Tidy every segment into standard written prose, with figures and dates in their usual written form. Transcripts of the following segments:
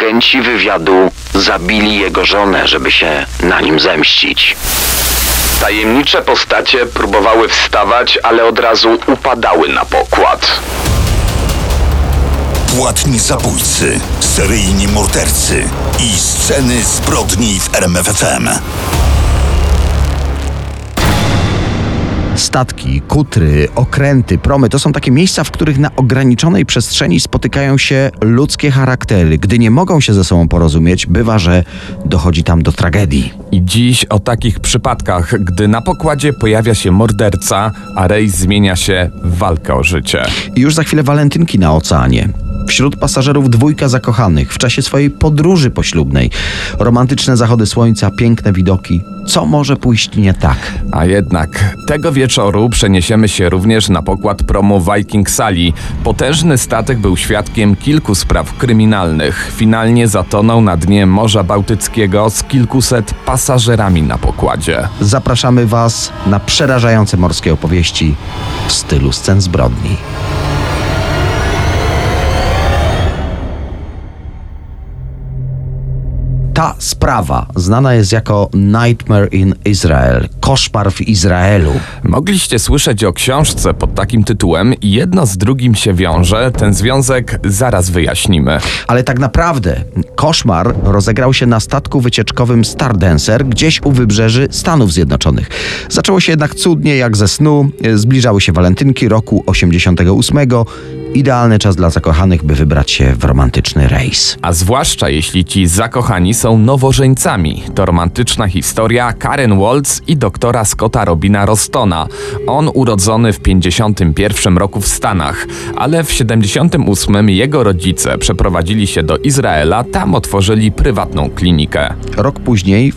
agenci wywiadu zabili jego żonę, żeby się na nim zemścić. Tajemnicze postacie próbowały wstawać, ale od razu upadały na pokład. Płatni zabójcy, seryjni mordercy i sceny zbrodni w RMF FM. Statki, kutry, okręty, promy to są takie miejsca, w których na ograniczonej przestrzeni spotykają się ludzkie charaktery. Gdy nie mogą się ze sobą porozumieć, bywa, że dochodzi tam do tragedii. I dziś o takich przypadkach, gdy na pokładzie pojawia się morderca, a rejs zmienia się w walkę o życie. I już za chwilę walentynki na oceanie. Wśród pasażerów dwójka zakochanych w czasie swojej podróży poślubnej. Romantyczne zachody słońca, piękne widoki. Co może pójść nie tak? A jednak tego wieczoru przeniesiemy się również na pokład promu Viking Sally. Potężny statek był świadkiem kilku spraw kryminalnych. Finalnie zatonął na dnie Morza Bałtyckiego z kilkuset pasażerami na pokładzie. Zapraszamy Was na przerażające morskie opowieści w stylu scen zbrodni. Ta sprawa znana jest jako Nightmare in Israel, koszmar w Izraelu. Mogliście słyszeć o książce pod takim tytułem i jedno z drugim się wiąże. Ten związek zaraz wyjaśnimy. Ale tak naprawdę koszmar rozegrał się na statku wycieczkowym Stardancer gdzieś u wybrzeży Stanów Zjednoczonych. Zaczęło się jednak cudnie jak ze snu. Zbliżały się walentynki roku 88. Idealny czas dla zakochanych, by wybrać się w romantyczny rejs. A zwłaszcza jeśli ci zakochani są nowożeńcami. To romantyczna historia Karen Waltz i doktora Scotta Robina Rostona. On urodzony w 51 roku w Stanach, ale w 78 jego rodzice przeprowadzili się do Izraela, tam otworzyli prywatną klinikę. Rok później, w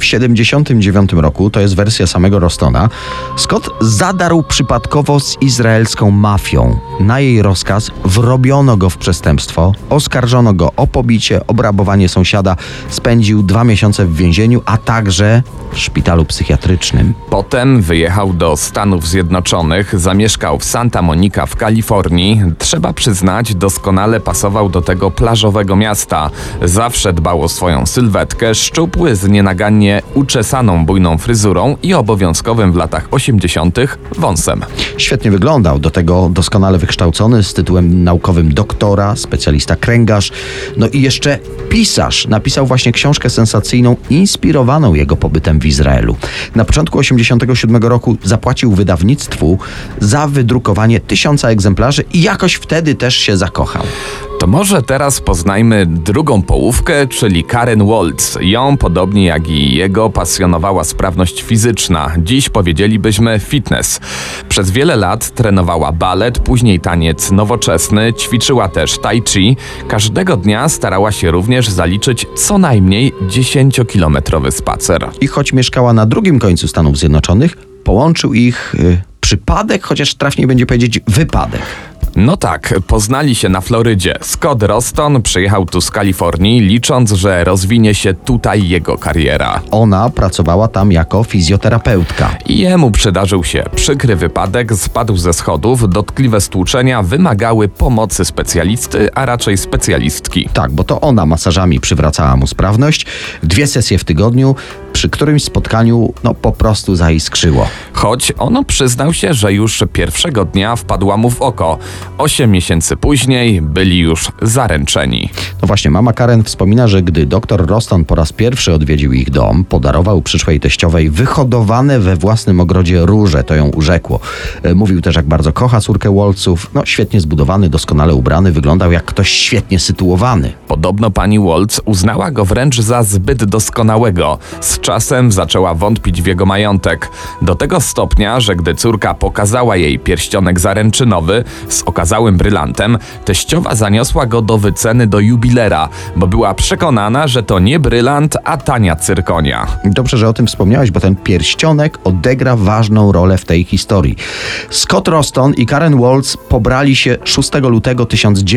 79 roku, to jest wersja samego Rostona, Scott zadarł przypadkowo z izraelską mafią. Na jej rozkaz wrobiono go w przestępstwo, oskarżono go o pobicie, obrabowanie sąsiada, spędził 2 miesiące w więzieniu, a także w szpitalu psychiatrycznym. Potem wyjechał do Stanów Zjednoczonych, zamieszkał w Santa Monica w Kalifornii. Trzeba przyznać, doskonale pasował do tego plażowego miasta. Zawsze dbał o swoją sylwetkę, szczupły, z nienagannie uczesaną bujną fryzurą i obowiązkowym w latach 80. wąsem. Świetnie wyglądał, do tego doskonale wykształcony, z tytułem naukowym doktora, specjalista kręgarz, no i jeszcze pisarz. Napisał właśnie książkę sensacyjną, inspirowaną jego pobytem w Izraelu. Na początku 87 roku zapłacił wydawnictwu za wydrukowanie 1000 egzemplarzy i jakoś wtedy też się zakochał. To może teraz poznajmy drugą połówkę, czyli Karen Waltz. Ją, podobnie jak i jego, pasjonowała sprawność fizyczna. Dziś powiedzielibyśmy fitness. Przez wiele lat trenowała balet, później taniec nowoczesny, ćwiczyła też tai chi. Każdego dnia starała się również zaliczyć co najmniej 10-kilometrowy spacer. I choć mieszkała na drugim końcu Stanów Zjednoczonych, połączył ich przypadek, chociaż trafniej będzie powiedzieć wypadek. No tak, poznali się na Florydzie. Scott Roston przyjechał tu z Kalifornii, licząc, że rozwinie się tutaj jego kariera. Ona pracowała tam jako fizjoterapeutka. I jemu przydarzył się przykry wypadek, spadł ze schodów, dotkliwe stłuczenia wymagały pomocy specjalisty, a raczej specjalistki. Tak, bo to ona masażami przywracała mu sprawność. 2 sesje w tygodniu, przy którymś spotkaniu po prostu zaiskrzyło. Choć on przyznał się, że już pierwszego dnia wpadła mu w oko. 8 miesięcy później byli już zaręczeni. No właśnie, mama Karen wspomina, że gdy dr Roston po raz pierwszy odwiedził ich dom, podarował przyszłej teściowej wyhodowane we własnym ogrodzie róże. To ją urzekło. Mówił też, jak bardzo kocha córkę Waltzów. Świetnie zbudowany, doskonale ubrany, wyglądał jak ktoś świetnie sytuowany. Podobno pani Waltz uznała go wręcz za zbyt doskonałego. Z czasem zaczęła wątpić w jego majątek. Do tego stopnia, że gdy córka pokazała jej pierścionek zaręczynowy z okazałym brylantem, teściowa zaniosła go do wyceny do jubilera, bo była przekonana, że to nie brylant, a tania cyrkonia. Dobrze, że o tym wspomniałeś, bo ten pierścionek odegra ważną rolę w tej historii. Scott Roston i Karen Waltz pobrali się 6 lutego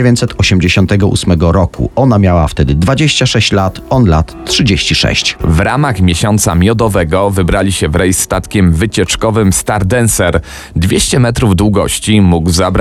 1988 roku. Ona miała wtedy 26 lat, on lat 36. W ramach miesiąca miodowego wybrali się w rejs statkiem wycieczkowym Stardancer. 200 metrów długości, mógł zabrać na pokład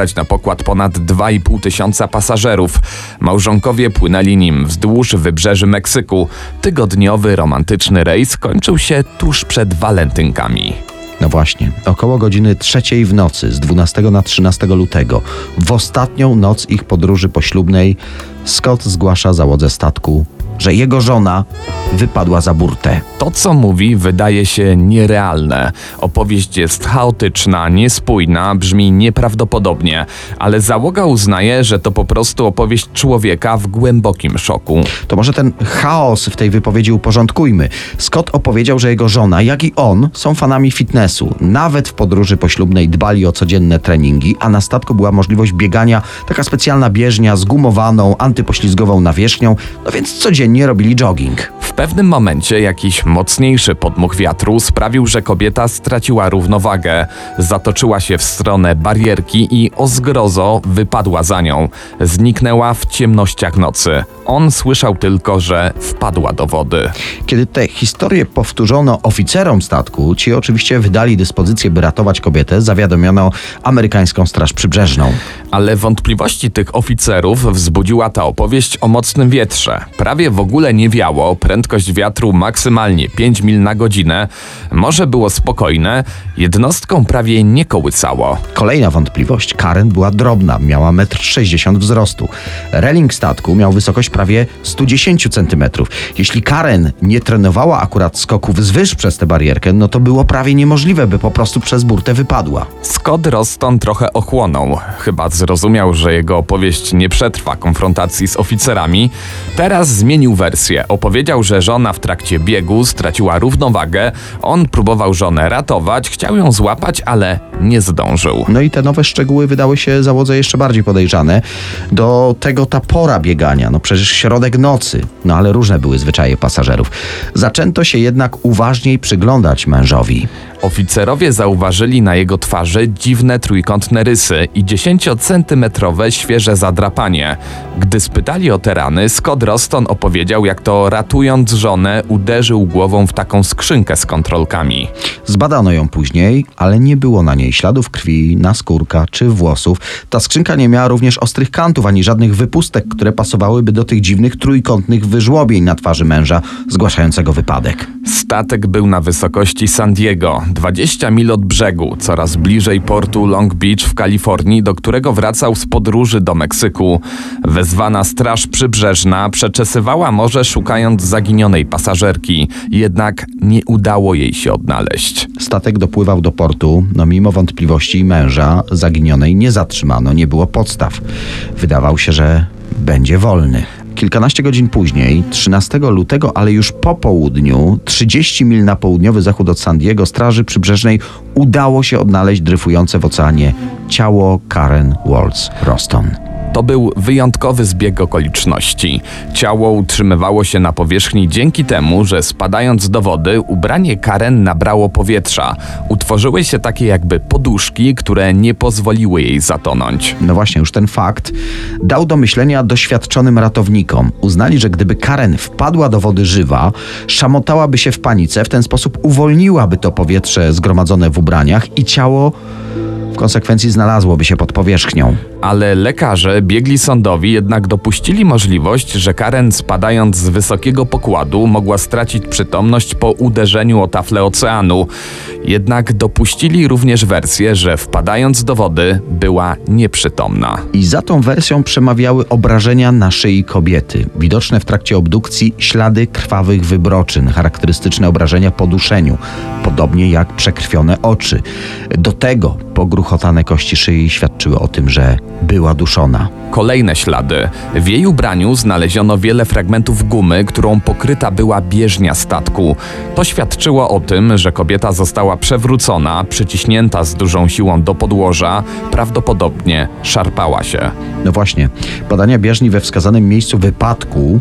pokład ponad 2,5 tysiąca pasażerów. Małżonkowie płynęli nim wzdłuż wybrzeży Meksyku. Tygodniowy, romantyczny rejs kończył się tuż przed walentynkami. No właśnie, około godziny 3 w nocy z 12 na 13 lutego, w ostatnią noc ich podróży poślubnej, Scott zgłasza załodze statku, że jego żona wypadła za burtę. To, co mówi, wydaje się nierealne. Opowieść jest chaotyczna, niespójna, brzmi nieprawdopodobnie, ale załoga uznaje, że to po prostu opowieść człowieka w głębokim szoku. To może ten chaos w tej wypowiedzi uporządkujmy. Scott opowiedział, że jego żona, jak i on, są fanami fitnessu. Nawet w podróży poślubnej dbali o codzienne treningi, a na statku była możliwość biegania, taka specjalna bieżnia z gumowaną, antypoślizgową nawierzchnią, no więc codziennie robili jogging. W pewnym momencie jakiś mocniejszy podmuch wiatru sprawił, że kobieta straciła równowagę. Zatoczyła się w stronę barierki i o zgrozo wypadła za nią. Zniknęła w ciemnościach nocy. On słyszał tylko, że wpadła do wody. Kiedy tę historię powtórzono oficerom statku, ci oczywiście wydali dyspozycję, by ratować kobietę, zawiadomiono amerykańską Straż Przybrzeżną. Ale wątpliwości tych oficerów wzbudziła ta opowieść o mocnym wietrze. Prawie w ogóle nie wiało, prędkość wiatru maksymalnie 5 mil na godzinę. Morze było spokojne, jednostką prawie nie kołysało. Kolejna wątpliwość. Karen była drobna, miała 1,60 m wzrostu. Reling statku miał wysokość prawie 110 cm. Jeśli Karen nie trenowała akurat skoków z wyż przez tę barierkę, no to było prawie niemożliwe, by po prostu przez burtę wypadła. Scott Roston trochę ochłonął. Chyba zrozumiał, że jego opowieść nie przetrwa konfrontacji z oficerami. Teraz zmienił wersję. Opowiedział, że żona w trakcie biegu straciła równowagę. On próbował żonę ratować, chciał ją złapać, ale nie zdążył. No i te nowe szczegóły wydały się załodze jeszcze bardziej podejrzane. Do tego ta pora biegania, no przecież środek nocy. No ale różne były zwyczaje pasażerów. Zaczęto się jednak uważniej przyglądać mężowi. Oficerowie zauważyli na jego twarzy dziwne trójkątne rysy i 10-centymetrowe świeże zadrapanie. Gdy spytali o te rany, Scott Roston opowiedział, jak to ratując żonę uderzył głową w taką skrzynkę z kontrolkami. Zbadano ją później, ale nie było na niej śladów krwi, naskórka czy włosów. Ta skrzynka nie miała również ostrych kantów ani żadnych wypustek, które pasowałyby do tych dziwnych trójkątnych wyżłobień na twarzy męża zgłaszającego wypadek. Statek był na wysokości San Diego, 20 mil od brzegu, coraz bliżej portu Long Beach w Kalifornii, do którego wracał z podróży do Meksyku. Wezwana Straż Przybrzeżna przeczesywała morze, szukając zaginionej pasażerki, jednak nie udało jej się odnaleźć. Statek dopływał do portu, no mimo wątpliwości męża zaginionej nie zatrzymano, nie było podstaw. Wydawał się, że będzie wolny. Kilkanaście godzin później, 13 lutego, ale już po południu, 30 mil na południowy zachód od San Diego, Straży Przybrzeżnej udało się odnaleźć dryfujące w oceanie ciało Karen Waltz Roston. To był wyjątkowy zbieg okoliczności. Ciało utrzymywało się na powierzchni dzięki temu, że spadając do wody, ubranie Karen nabrało powietrza. Utworzyły się takie jakby poduszki, które nie pozwoliły jej zatonąć. No właśnie, już ten fakt dał do myślenia doświadczonym ratownikom. Uznali, że gdyby Karen wpadła do wody żywa, szamotałaby się w panice, w ten sposób uwolniłaby to powietrze zgromadzone w ubraniach i ciało w konsekwencji znalazłoby się pod powierzchnią. Ale lekarze, biegli sądowi, jednak dopuścili możliwość, że Karen spadając z wysokiego pokładu mogła stracić przytomność po uderzeniu o taflę oceanu. Jednak dopuścili również wersję, że wpadając do wody była nieprzytomna. I za tą wersją przemawiały obrażenia na szyi kobiety. Widoczne w trakcie obdukcji ślady krwawych wybroczyn, charakterystyczne obrażenia po duszeniu, podobnie jak przekrwione oczy. Do tego pogruchotane kości szyi świadczyły o tym, że była duszona. Kolejne ślady. W jej ubraniu znaleziono wiele fragmentów gumy, którą pokryta była bieżnia statku. To świadczyło o tym, że kobieta została przewrócona, przyciśnięta z dużą siłą do podłoża, prawdopodobnie szarpała się. No właśnie, badania bieżni we wskazanym miejscu wypadku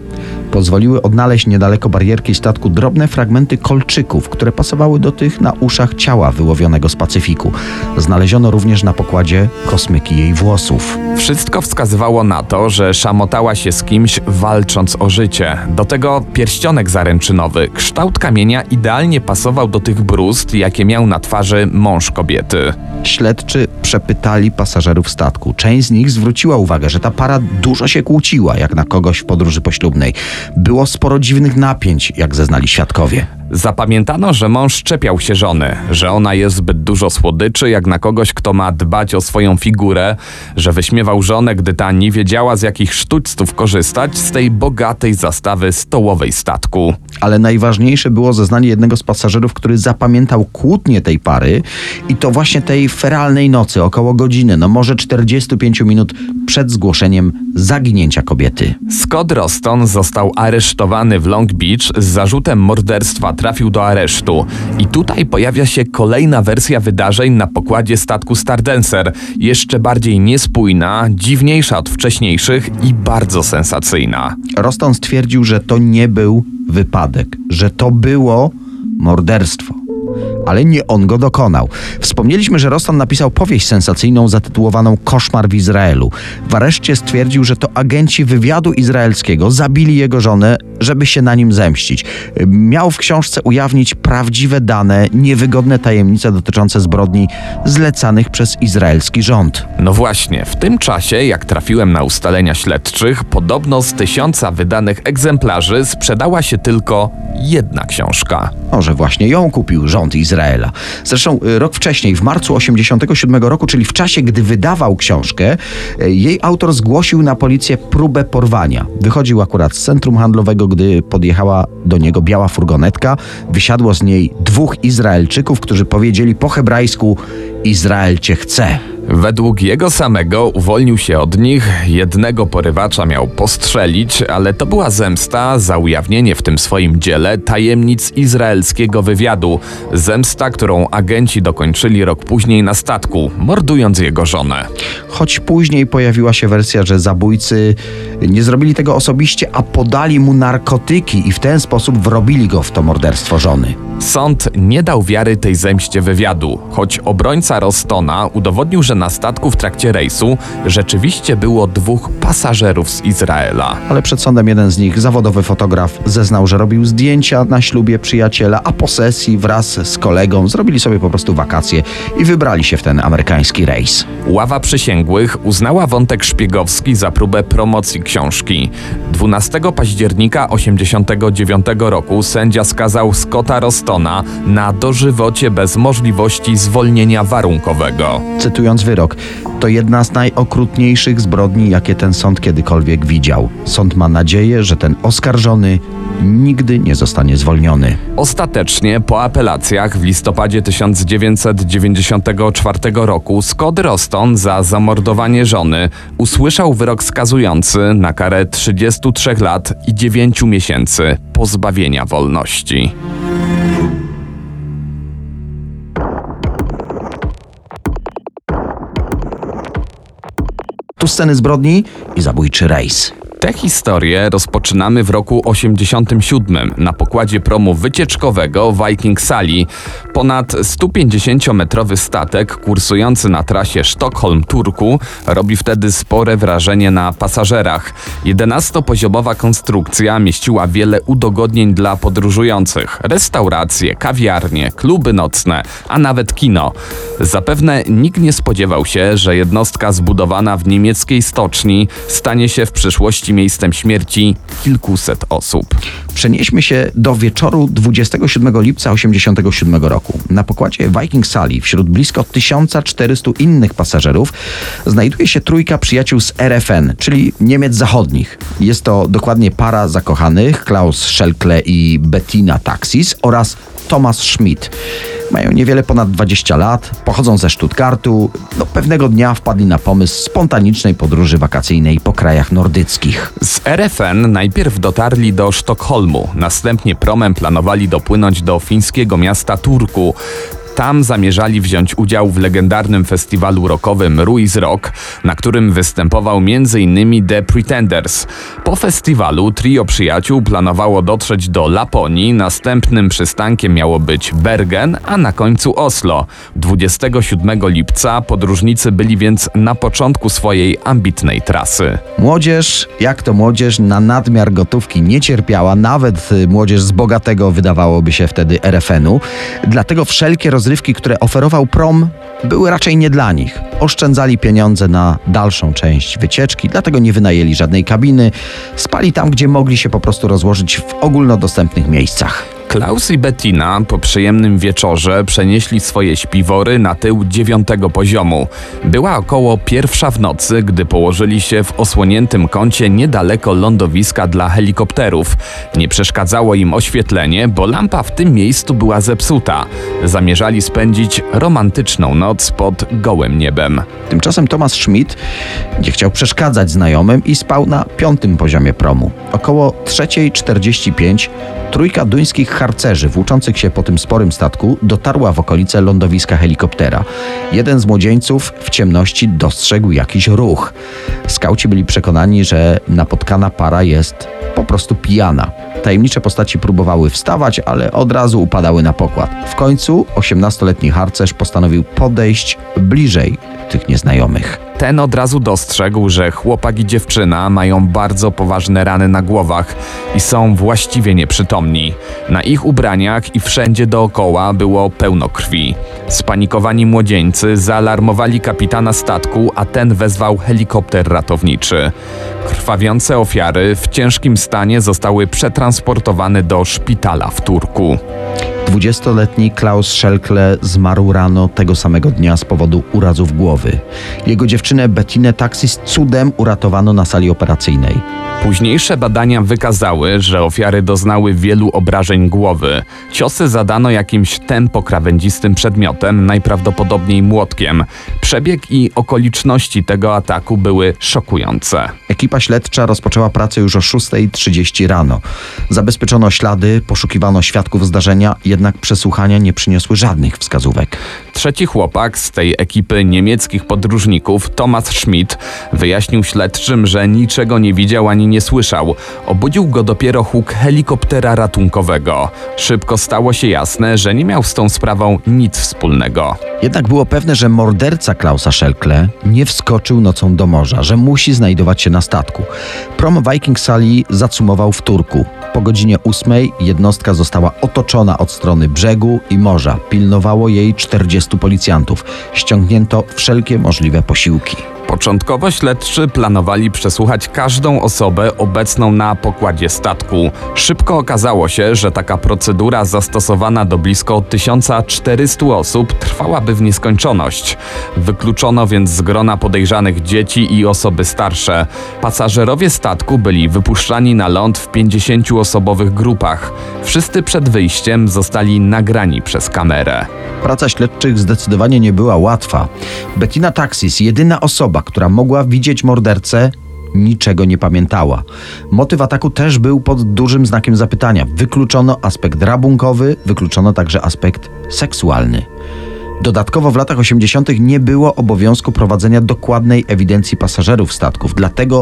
pozwoliły odnaleźć niedaleko barierki statku drobne fragmenty kolczyków, które pasowały do tych na uszach ciała wyłowionego z Pacyfiku. Znaleziono również na pokładzie kosmyki jej włosów. Wszystko wskazywało na to, że szamotała się z kimś, walcząc o życie. Do tego pierścionek zaręczynowy. Kształt kamienia idealnie pasował do tych bruzd, jakie miał na twarzy mąż kobiety. Śledczy przepytali pasażerów statku. Część z nich zwróciła uwagę, że ta para dużo się kłóciła, jak na kogoś w podróży poślubnej. Było sporo dziwnych napięć, jak zeznali świadkowie. Zapamiętano, że mąż czepiał się żony, że ona jest zbyt dużo słodyczy, jak na kogoś, kto ma dbać o swoją figurę, że wyśmiewał żonę, gdy ta nie wiedziała, z jakich sztućców korzystać z tej bogatej zastawy stołowej statku. Ale najważniejsze było zeznanie jednego z pasażerów, który zapamiętał kłótnię tej pary i to właśnie tej feralnej nocy, około godziny, może 45 minut przed zgłoszeniem zaginięcia kobiety. Scott Roston został aresztowany w Long Beach z zarzutem morderstwa, trafił do aresztu. I tutaj pojawia się kolejna wersja wydarzeń na pokładzie statku Stardancer, jeszcze bardziej niespójna, dziwniejsza od wcześniejszych i bardzo sensacyjna. Roston stwierdził, że to nie był wypadek, że to było morderstwo. Ale nie on go dokonał. Wspomnieliśmy, że Roston napisał powieść sensacyjną zatytułowaną Koszmar w Izraelu. W areszcie stwierdził, że to agenci wywiadu izraelskiego zabili jego żonę, żeby się na nim zemścić. Miał w książce ujawnić prawdziwe dane, niewygodne tajemnice dotyczące zbrodni zlecanych przez izraelski rząd. No właśnie, w tym czasie, jak trafiłem na ustalenia śledczych, podobno z 1000 wydanych egzemplarzy sprzedała się tylko jedna książka. Może właśnie ją kupił rząd Izraela. Zresztą rok wcześniej, w marcu 1987 roku, czyli w czasie, gdy wydawał książkę, jej autor zgłosił na policję próbę porwania. Wychodził akurat z centrum handlowego, gdy podjechała do niego biała furgonetka. Wysiadło z niej 2 Izraelczyków, którzy powiedzieli po hebrajsku: Izrael cię chce. Według jego samego uwolnił się od nich, jednego porywacza miał postrzelić, ale to była zemsta za ujawnienie w tym swoim dziele tajemnic izraelskiego wywiadu. Zemsta, którą agenci dokończyli rok później na statku, mordując jego żonę. Choć później pojawiła się wersja, że zabójcy nie zrobili tego osobiście, a podali mu narkotyki i w ten sposób wrobili go w to morderstwo żony. Sąd nie dał wiary tej zemście wywiadu, choć obrońca Rostona udowodnił, że na statku w trakcie rejsu rzeczywiście było 2 pasażerów z Izraela. Ale przed sądem jeden z nich, zawodowy fotograf, zeznał, że robił zdjęcia na ślubie przyjaciela, a po sesji wraz z kolegą zrobili sobie po prostu wakacje i wybrali się w ten amerykański rejs. Ława przysięgłych uznała wątek szpiegowski za próbę promocji książki. 12 października 1989 roku sędzia skazał Scotta Rostona na dożywocie bez możliwości zwolnienia warunkowego. Cytując wyrok, to jedna z najokrutniejszych zbrodni, jakie ten sąd kiedykolwiek widział. Sąd ma nadzieję, że ten oskarżony nigdy nie zostanie zwolniony. Ostatecznie po apelacjach w listopadzie 1994 roku Scott Roston za zamordowanie żony usłyszał wyrok skazujący na karę 33 lat i 9 miesięcy pozbawienia wolności. Tu sceny zbrodni i zabójczy rejs. Tę historię rozpoczynamy w roku 1987 na pokładzie promu wycieczkowego Viking Sally. Ponad 150-metrowy statek kursujący na trasie Sztokholm-Turku robi wtedy spore wrażenie na pasażerach. 11-poziomowa konstrukcja mieściła wiele udogodnień dla podróżujących. Restauracje, kawiarnie, kluby nocne, a nawet kino. Zapewne nikt nie spodziewał się, że jednostka zbudowana w niemieckiej stoczni stanie się w przyszłości miejscem śmierci kilkuset osób. Przenieśmy się do wieczoru 27 lipca 1987 roku. Na pokładzie Viking Sally wśród blisko 1400 innych pasażerów znajduje się 3 przyjaciół z RFN, czyli Niemiec Zachodnich. Jest to dokładnie para zakochanych, Klaus Schelkle i Bettina Taxis oraz Thomas Schmidt. Mają niewiele ponad 20 lat, pochodzą ze Stuttgartu. Pewnego dnia wpadli na pomysł spontanicznej podróży wakacyjnej po krajach nordyckich. Z RFN najpierw dotarli do Sztokholmu, następnie promem planowali dopłynąć do fińskiego miasta Turku. Tam zamierzali wziąć udział w legendarnym festiwalu rockowym Ruiz Rock, na którym występował m.in. The Pretenders. Po festiwalu trio przyjaciół planowało dotrzeć do Laponii, następnym przystankiem miało być Bergen, a na końcu Oslo. 27 lipca podróżnicy byli więc na początku swojej ambitnej trasy. Młodzież, jak to młodzież, na nadmiar gotówki nie cierpiała, nawet młodzież z bogatego, wydawałoby się wtedy, RFN-u. Dlatego wszelkie rozrywki, które oferował prom, były raczej nie dla nich. Oszczędzali pieniądze na dalszą część wycieczki, dlatego nie wynajęli żadnej kabiny. Spali tam, gdzie mogli się po prostu rozłożyć w ogólnodostępnych miejscach. Klaus i Bettina po przyjemnym wieczorze przenieśli swoje śpiwory na tył 9 poziomu. Była około 1 w nocy, gdy położyli się w osłoniętym kącie niedaleko lądowiska dla helikopterów. Nie przeszkadzało im oświetlenie, bo lampa w tym miejscu była zepsuta. Zamierzali spędzić romantyczną noc pod gołym niebem. Tymczasem Thomas Schmidt nie chciał przeszkadzać znajomym i spał na 5 poziomie promu. Około 3:45 trójka duńskich harcerzy włóczących się po tym sporym statku dotarła w okolice lądowiska helikoptera. Jeden z młodzieńców w ciemności dostrzegł jakiś ruch. Skauci byli przekonani, że napotkana para jest po prostu pijana. Tajemnicze postaci próbowały wstawać, ale od razu upadały na pokład. W końcu 18-letni harcerz postanowił podejść bliżej tych nieznajomych. Ten od razu dostrzegł, że chłopak i dziewczyna mają bardzo poważne rany na głowach i są właściwie nieprzytomni. Na ich ubraniach i wszędzie dookoła było pełno krwi. Spanikowani młodzieńcy zaalarmowali kapitana statku, a ten wezwał helikopter ratowniczy. Krwawiące ofiary w ciężkim stanie zostały przetransportowane do szpitala w Turku. 20-letni Klaus Schelkle zmarł rano tego samego dnia z powodu urazów głowy. Jego dziewczynę Bettinę Taxis cudem uratowano na sali operacyjnej. Późniejsze badania wykazały, że ofiary doznały wielu obrażeń głowy. Ciosy zadano jakimś tempokrawędzistym przedmiotem, najprawdopodobniej młotkiem. Przebieg i okoliczności tego ataku były szokujące. Ekipa śledcza rozpoczęła pracę już o 6:30 rano. Zabezpieczono ślady, poszukiwano świadków zdarzenia, jednak przesłuchania nie przyniosły żadnych wskazówek. Trzeci chłopak z tej ekipy niemieckich podróżników, Thomas Schmidt, wyjaśnił śledczym, że niczego nie widział ani nie słyszał. Obudził go dopiero huk helikoptera ratunkowego. Szybko stało się jasne, że nie miał z tą sprawą nic wspólnego. Jednak było pewne, że morderca Klausa Schelkle nie wskoczył nocą do morza, że musi znajdować się na statku. Prom Viking Sally zacumował w Turku. Po godzinie 8 jednostka została otoczona od strony brzegu i morza. Pilnowało jej 40 policjantów. Ściągnięto wszelkie możliwe posiłki. Początkowo śledczy planowali przesłuchać każdą osobę obecną na pokładzie statku. Szybko okazało się, że taka procedura zastosowana do blisko 1400 osób trwałaby w nieskończoność. Wykluczono więc z grona podejrzanych dzieci i osoby starsze. Pasażerowie statku byli wypuszczani na ląd w 50-osobowych grupach. Wszyscy przed wyjściem zostali nagrani przez kamerę. Praca śledczych zdecydowanie nie była łatwa. Bettina Taxis, jedyna osoba, która mogła widzieć mordercę, niczego nie pamiętała. Motyw ataku też był pod dużym znakiem zapytania. Wykluczono aspekt rabunkowy, wykluczono także aspekt seksualny. Dodatkowo w latach 80. nie było obowiązku prowadzenia dokładnej ewidencji pasażerów statków, dlatego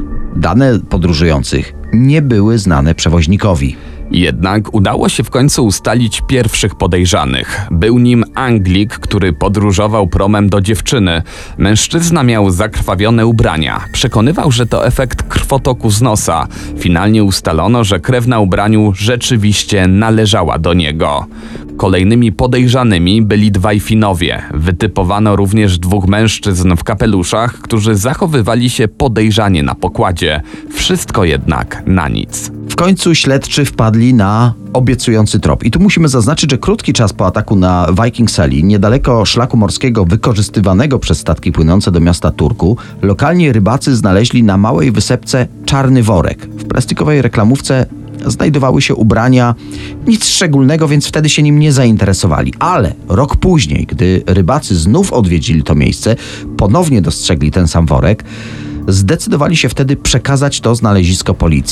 dane podróżujących nie były znane przewoźnikowi. Jednak udało się w końcu ustalić pierwszych podejrzanych. Był nim Anglik, który podróżował promem do dziewczyny. Mężczyzna miał zakrwawione ubrania. Przekonywał, że to efekt krwotoku z nosa. Finalnie ustalono, że krew na ubraniu rzeczywiście należała do niego. Kolejnymi podejrzanymi byli dwaj Finowie. Wytypowano również 2 mężczyzn w kapeluszach, którzy zachowywali się podejrzanie na pokładzie. Wszystko jednak na nic. W końcu śledczy wpadli na obiecujący trop. I tu musimy zaznaczyć, że krótki czas po ataku na Viking Sally, niedaleko szlaku morskiego wykorzystywanego przez statki płynące do miasta Turku, lokalni rybacy znaleźli na małej wysepce czarny worek. W plastikowej reklamówce znajdowały się ubrania, nic szczególnego, więc wtedy się nim nie zainteresowali. Ale rok później, gdy rybacy znów odwiedzili to miejsce, ponownie dostrzegli ten sam worek, zdecydowali się wtedy przekazać to znalezisko policji.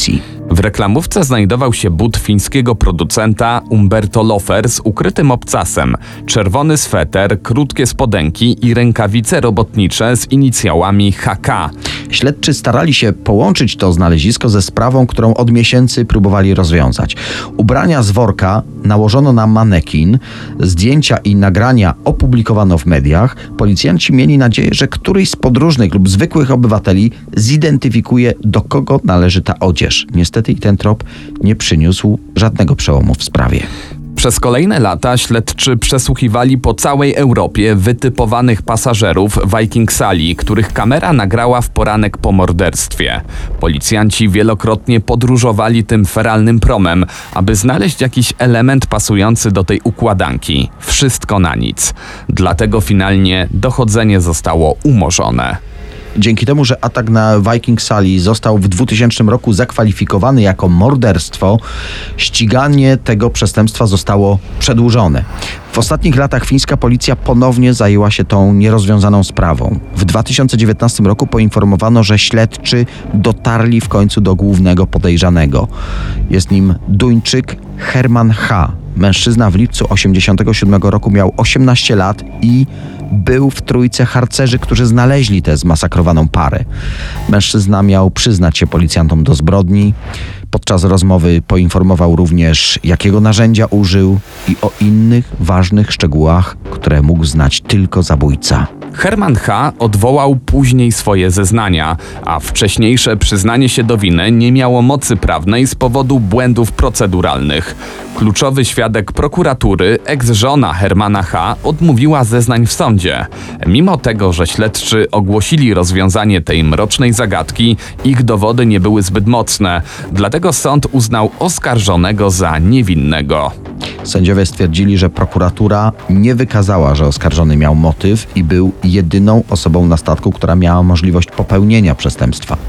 W reklamówce znajdował się but fińskiego producenta Umberto Lofer z ukrytym obcasem, czerwony sweter, krótkie spodenki i rękawice robotnicze z inicjałami HK. Śledczy starali się połączyć to znalezisko ze sprawą, którą od miesięcy próbowali rozwiązać. Ubrania z worka nałożono na manekin, zdjęcia i nagrania opublikowano w mediach. Policjanci mieli nadzieję, że któryś z podróżnych lub zwykłych obywateli zidentyfikuje, do kogo należy ta odzież. Niestety i ten trop nie przyniósł żadnego przełomu w sprawie. Przez kolejne lata śledczy przesłuchiwali po całej Europie wytypowanych pasażerów Viking Sali, których kamera nagrała w poranek po morderstwie. Policjanci wielokrotnie podróżowali tym feralnym promem, aby znaleźć jakiś element pasujący do tej układanki. Wszystko na nic. Dlatego finalnie dochodzenie zostało umorzone. Dzięki temu, że atak na Viking Sali został w 2000 roku zakwalifikowany jako morderstwo, ściganie tego przestępstwa zostało przedłużone. W ostatnich latach fińska policja ponownie zajęła się tą nierozwiązaną sprawą. W 2019 roku poinformowano, że śledczy dotarli w końcu do głównego podejrzanego. Jest nim Duńczyk Herman H. Mężczyzna w lipcu 1987 roku miał 18 lat i był w trójce harcerzy, którzy znaleźli tę zmasakrowaną parę. Mężczyzna miał przyznać się policjantom do zbrodni. Podczas rozmowy poinformował również, jakiego narzędzia użył i o innych ważnych szczegółach, które mógł znać tylko zabójca. Herman H. odwołał później swoje zeznania, a wcześniejsze przyznanie się do winy nie miało mocy prawnej z powodu błędów proceduralnych. Kluczowy świadek prokuratury, ex-żona Hermana H., odmówiła zeznań w sądzie. Mimo tego, że śledczy ogłosili rozwiązanie tej mrocznej zagadki, ich dowody nie były zbyt mocne, dlatego sąd uznał oskarżonego za niewinnego. Sędziowie stwierdzili, że prokuratura nie wykazała, że oskarżony miał motyw i był jedyną osobą na statku, która miała możliwość popełnienia przestępstwa.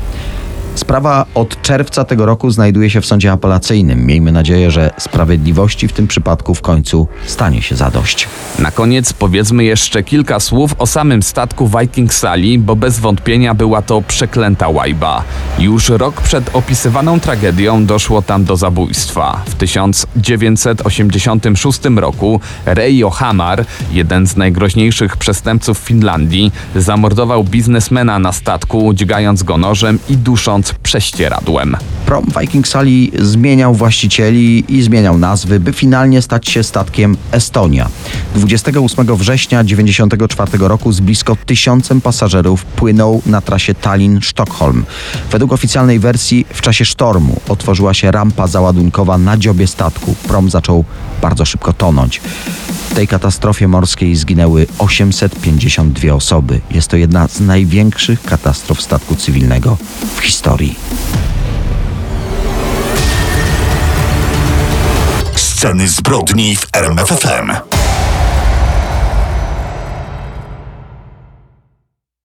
Sprawa od czerwca tego roku znajduje się w sądzie apelacyjnym. Miejmy nadzieję, że sprawiedliwości w tym przypadku w końcu stanie się zadość. Na koniec powiedzmy jeszcze kilka słów o samym statku Viking Sali, bo bez wątpienia była to przeklęta łajba. Już rok przed opisywaną tragedią doszło tam do zabójstwa. W 1986 roku Reijo Hamar, jeden z najgroźniejszych przestępców Finlandii, zamordował biznesmena na statku, dźgając go nożem i dusząc prześcieradłem. Prom Viking Sali zmieniał właścicieli i zmieniał nazwy, by finalnie stać się statkiem Estonia. 28 września 1994 roku z blisko 1000 pasażerów płynął na trasie Tallinn-Sztokholm. Według oficjalnej wersji w czasie sztormu otworzyła się rampa załadunkowa na dziobie statku. Prom zaczął bardzo szybko tonąć. W tej katastrofie morskiej zginęły 852 osoby. Jest to jedna z największych katastrof statku cywilnego w historii. Sceny zbrodni w RMF FM.